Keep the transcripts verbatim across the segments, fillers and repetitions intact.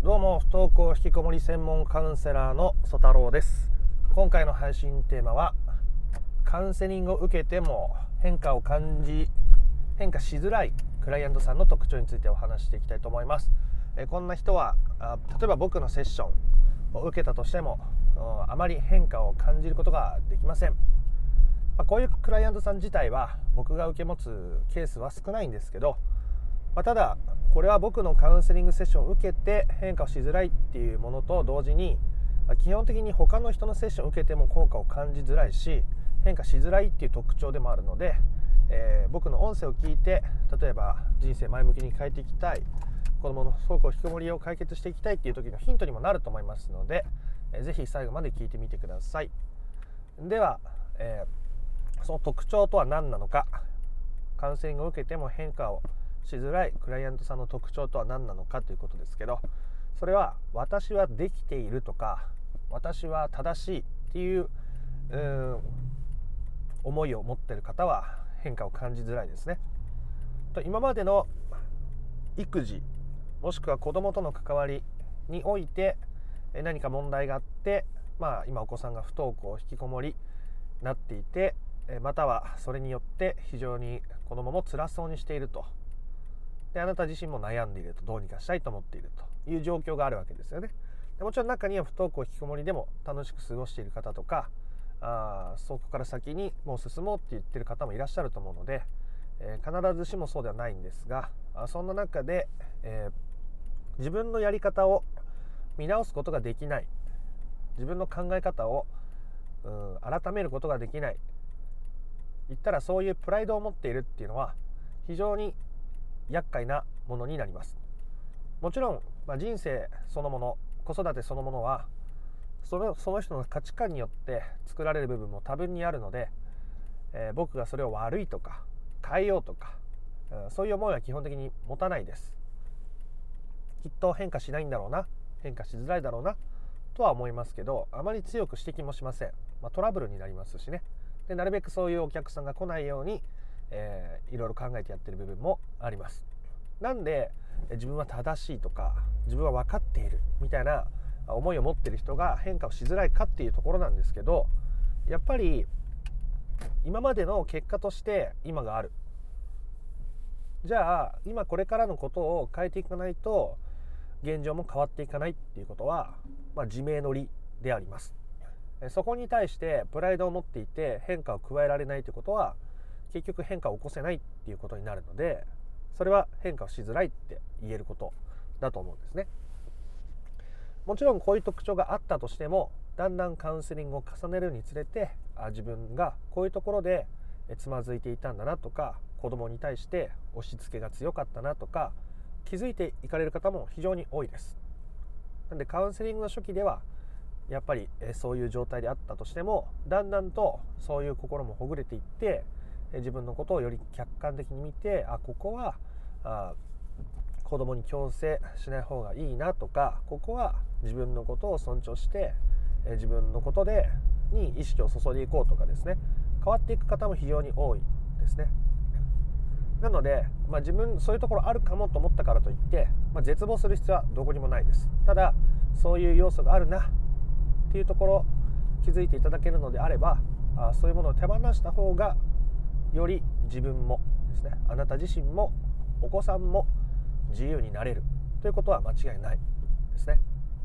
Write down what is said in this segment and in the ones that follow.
どうも、不登校引きこもり専門カウンセラーの曽太郎です。今回の配信テーマは、カウンセリングを受けても変化を感じ変化しづらいクライアントさんの特徴についてお話していきたいと思います。えこんな人はあ例えば僕のセッションを受けたとしてもあまり変化を感じることができません。まあ、こういうクライアントさん自体は僕が受け持つケースは少ないんですけど、まあ、ただこれは僕のカウンセリングセッションを受けて変化をしづらいっていうものと同時に、まあ、基本的に他の人のセッションを受けても効果を感じづらいし変化しづらいっていう特徴でもあるので、えー、僕の音声を聞いて例えば人生前向きに変えていきたい、子供の不登校引きこもりを解決していきたいっていう時のヒントにもなると思いますので、えー、ぜひ最後まで聞いてみてください。では、えー、その特徴とは何なのか、カウンセリングを受けても変化をしづらいクライアントさんの特徴とは何なのかということですけど、それは私はできているとか私は正しいっていう、うーん思いを持っている方は変化を感じづらいですね。と今までの育児もしくは子供との関わりにおいて何か問題があって、まあ、今お子さんが不登校引きこもりになっていて、またはそれによって非常に子供も辛そうにしていると、であなた自身も悩んでいると、どうにかしたいと思っているという状況があるわけですよね。でもちろん中には不登校引きこもりでも楽しく過ごしている方とか、あそこから先にもう進もうって言ってる方もいらっしゃると思うので、えー、必ずしもそうではないんですが、そんな中で、えー、自分のやり方を見直すことができない、自分の考え方を、うん、改めることができない、言ったらそういうプライドを持っているっていうのは非常に厄介なものになります。もちろん、まあ、人生そのもの、子育てそのものはその、その人の価値観によって作られる部分も多分にあるので、えー、僕がそれを悪いとか変えようとか、うん、そういう思いは基本的に持たないです。きっと変化しないんだろうな、変化しづらいだろうなとは思いますけど、あまり強く指摘もしません。まあ、トラブルになりますしね。でなるべくそういうお客さんが来ないように、えー、いろいろ考えてやってる部分もあります。なんで自分は正しいとか自分は分かっているみたいな思いを持っている人が変化をしづらいかっていうところなんですけど、やっぱり今までの結果として今がある。じゃあ今これからのことを変えていかないと現状も変わっていかないっていうことは、まあ、自明の理であります。そこに対してプライドを持っていて変化を加えられないということは結局変化を起こせないっていうことになるので、それは変化をしづらいって言えることだと思うんですね。もちろんこういう特徴があったとしても、だんだんカウンセリングを重ねるにつれて、あ自分がこういうところでつまずいていたんだなとか、子供に対して押し付けが強かったなとか気づいていかれる方も非常に多いです。なのでカウンセリングの初期ではやっぱりそういう状態であったとしても、だんだんとそういう心もほぐれていって、自分のことをより客観的に見て、あここはあ子供に強制しない方がいいなとか、ここは自分のことを尊重して自分のことでに意識を注いでいこうとかですね、変わっていく方も非常に多いですね。なので、まあ、自分そういうところあるかもと思ったからといって、まあ、絶望する必要はどこにもないです。ただそういう要素があるなっていうところ気づいていただけるのであれば、あそういうものを手放した方がより自分もですね、あなた自身もお子さんも自由になれるということは間違いないですね。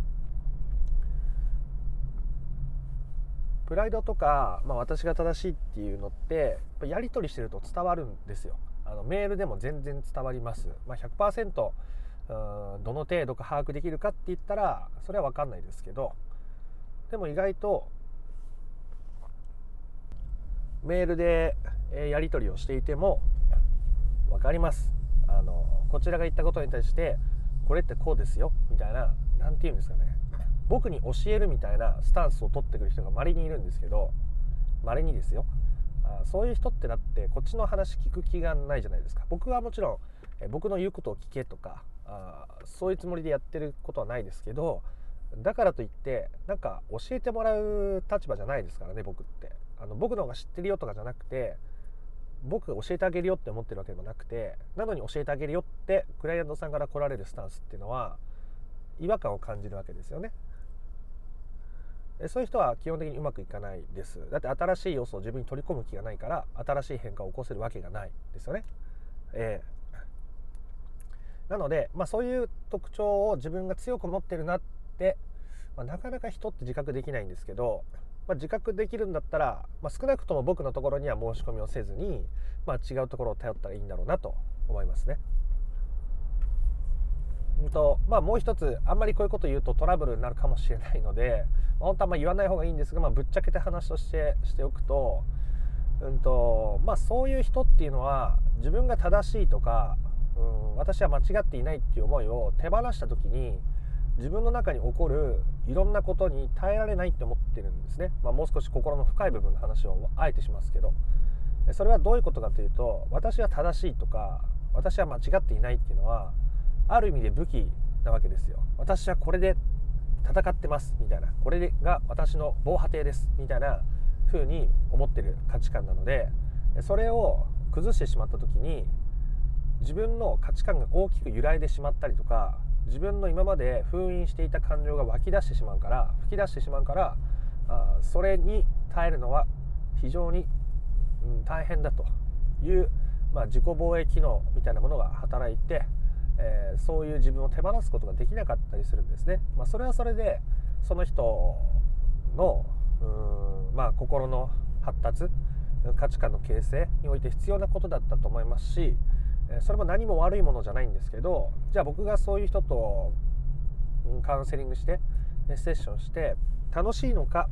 プライドとか、まあ、私が正しいっていうのってやり取りしてると伝わるんですよ。あのメールでも全然伝わります。まあ、ひゃくパーセント どの程度か把握できるかって言ったらそれは分かんないですけど、でも意外とメールでやり取りをしていても分かります。あのこちらが言ったことに対してこれってこうですよみたいな、なんていうんですかね、僕に教えるみたいなスタンスを取ってくる人が稀にいるんですけど、稀にですよ。あそういう人ってだってこっちの話聞く気がないじゃないですか。僕はもちろんえ僕の言うことを聞けとかあそういうつもりでやってることはないですけど、だからといってなんか教えてもらう立場じゃないですからね。僕ってあの僕の方が知ってるよとかじゃなくて、僕が教えてあげるよって思ってるわけでもなくて、なのに教えてあげるよってクライアントさんから来られるスタンスっていうのは違和感を感じるわけですよね。そういう人は基本的にうまくいかないです。だって新しい要素を自分に取り込む気がないから新しい変化を起こせるわけがないですよね。えー、なので、まあ、そういう特徴を自分が強く持ってるなって、まあ、なかなか人って自覚できないんですけど、まあ、自覚できるんだったら、まあ、少なくとも僕のところには申し込みをせずに、まあ、違うところを頼ったらいいんだろうなと思いますね。うんとまあ、もう一つ、あんまりこういうこと言うとトラブルになるかもしれないので、まあ、本当はまあ言わない方がいいんですが、まあ、ぶっちゃけて話としてしておくと、うんとまあ、そういう人っていうのは自分が正しいとか、うん、私は間違っていないっていう思いを手放した時に自分の中に起こるいろんなことに耐えられないって思ってるんですね。まあ、もう少し心の深い部分の話をあえてしますけど、それはどういうことかというと、私は正しいとか私は間違っていないっていうのはある意味で武器なわけですよ。私はこれで戦ってますみたいな、これが私の防波堤ですみたいな風に思ってる価値観なので、それを崩してしまった時に自分の価値観が大きく揺らいでしまったりとか、自分の今まで封印していた感情が湧き出してしまうから吹き出してしまうから、あそれに耐えるのは非常に、うん、大変だという、まあ、自己防衛機能みたいなものが働いて、えー、そういう自分を手放すことができなかったりするんですね。まあ、それはそれでその人のうーん、まあ、心の発達、価値観の形成において必要なことだったと思いますし、それも何も悪いものじゃないんですけど、じゃあ僕がそういう人とカウンセリングしてセッションして楽しいのか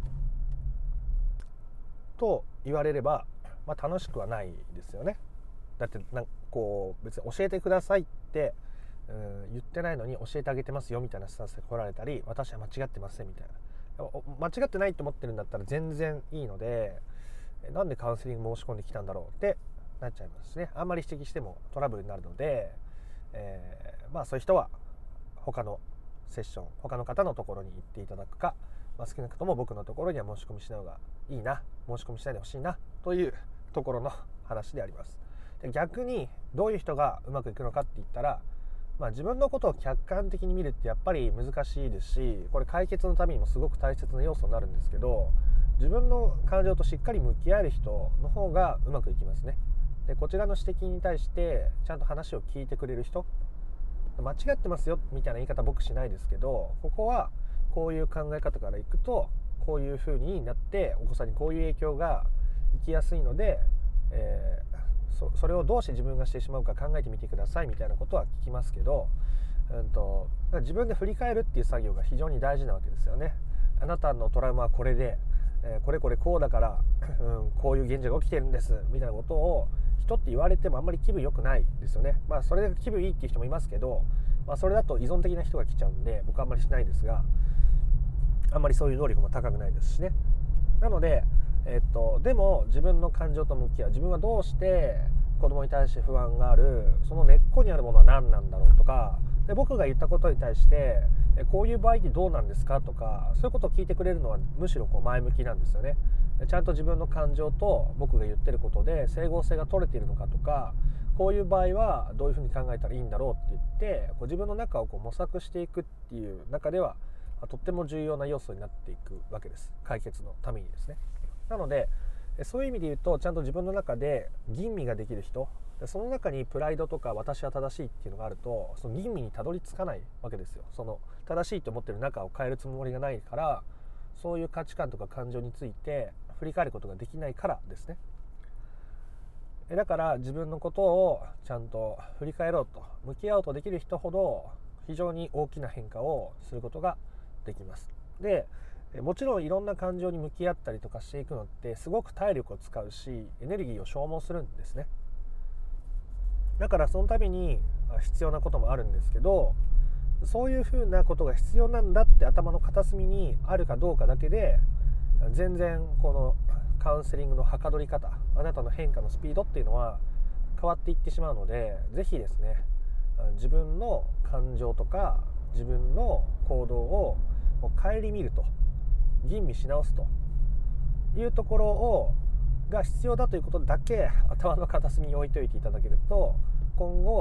と言われれば、まあ、楽しくはないですよね。だってなんかこう別に教えてくださいってうん言ってないのに教えてあげてますよみたいなスタンスで来られたり、私は間違ってませんみたいな、間違ってないと思ってるんだったら全然いいので、なんでカウンセリング申し込んできたんだろうってなっちゃいますね。あんまり指摘してもトラブルになるので、えー、まあそういう人は他のセッション、他の方のところに行っていただくか、まあ、少なくとも僕のところには申し込みしない方がいいな、申し込みしないでほしいなというところの話であります。で、逆にどういう人がうまくいくのかって言ったら、まあ、自分のことを客観的に見るってやっぱり難しいですし、これ解決のためにもすごく大切な要素になるんですけど、自分の感情としっかり向き合える人の方がうまくいきますね。で、こちらの指摘に対してちゃんと話を聞いてくれる人、間違ってますよみたいな言い方僕しないですけど、ここはこういう考え方からいくとこういう風になってお子さんにこういう影響がいきやすいので、えー、そ, それをどうして自分がしてしまうか考えてみてくださいみたいなことは聞きますけど、うんと、自分で振り返るっていう作業が非常に大事なわけですよね。あなたのトラウマはこれで、えー、これこれこうだから、うん、こういう現状が起きてるんですみたいなことを人って言われてもあんまり気分良くないですよね。まあそれで気分いいっていう人もいますけど、まあ、それだと依存的な人が来ちゃうんで僕はあんまりしないですが、あんまりそういう能力も高くないですしね。なので、えっと、でも自分の感情と向き合う、自分はどうして子供に対して不安がある、その根っこにあるものは何なんだろうとか、で僕が言ったことに対してこういう場合ってどうなんですかとか、そういうことを聞いてくれるのはむしろこう前向きなんですよね。ちゃんと自分の感情と僕が言ってることで整合性が取れているのかとか、こういう場合はどういうふうに考えたらいいんだろうって言ってこう自分の中をこう模索していくっていう中ではとっても重要な要素になっていくわけです、解決のためにですね。なのでそういう意味で言うと、ちゃんと自分の中で吟味ができる人、その中にプライドとか私は正しいっていうのがあると、その吟味にたどり着かないわけですよ。その正しいと思ってる中を変えるつもりがないから、そういう価値観とか感情について振り返ることができないからですね。だから自分のことをちゃんと振り返ろうと、向き合おうとできる人ほど非常に大きな変化をすることができます。で、もちろんいろんな感情に向き合ったりとかしていくのってすごく体力を使うしエネルギーを消耗するんですね。だからそのために必要なこともあるんですけど、そういうふうなことが必要なんだって頭の片隅にあるかどうかだけで全然このカウンセリングのはかどり方、あなたの変化のスピードっていうのは変わっていってしまうので、ぜひですね、自分の感情とか自分の行動を顧みると、吟味し直すというところをが必要だということだけ頭の片隅に置いておいていただけると、今後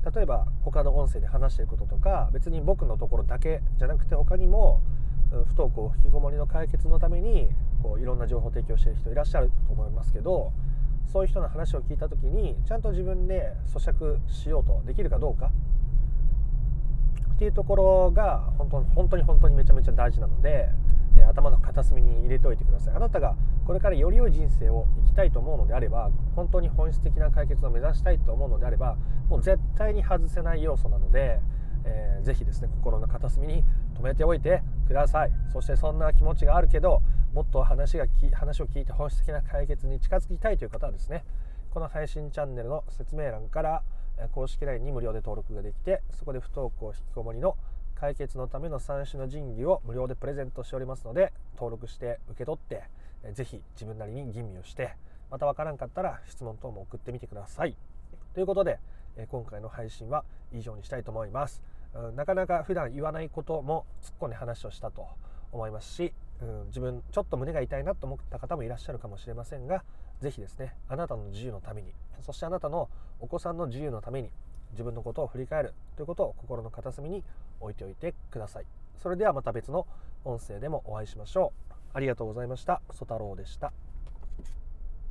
例えば他の音声で話していることとか、別に僕のところだけじゃなくて他にも不登校引きこもりの解決のためにこういろんな情報提供している人いらっしゃると思いますけど、そういう人の話を聞いた時にちゃんと自分で咀嚼しようとできるかどうかっていうところが本当に本当に本当にめちゃめちゃ大事なので、えー、頭の片隅に入れておいてください。あなたがこれからより良い人生を生きたいと思うのであれば、本当に本質的な解決を目指したいと思うのであれば、もう絶対に外せない要素なので、えー、ぜひですね心の片隅に留めておいてください。そしてそんな気持ちがあるけど、もっと話がき話を聞いて本質的な解決に近づきたいという方はですね、この配信チャンネルの説明欄から公式 ライン に無料で登録ができて、そこで不登校引きこもりの解決のためのさん種の神器を無料でプレゼントしておりますので、登録して受け取ってぜひ自分なりに吟味をして、また分からんかったら質問等も送ってみてください。ということで今回の配信は以上にしたいと思います。なかなか普段言わないことも突っ込んで話をしたと思いますし、うん、自分ちょっと胸が痛いなと思った方もいらっしゃるかもしれませんが、ぜひですねあなたの自由のために、そしてあなたのお子さんの自由のために自分のことを振り返るということを心の片隅に置いておいてください。それではまた別の音声でもお会いしましょう。ありがとうございました。ソタロウでした。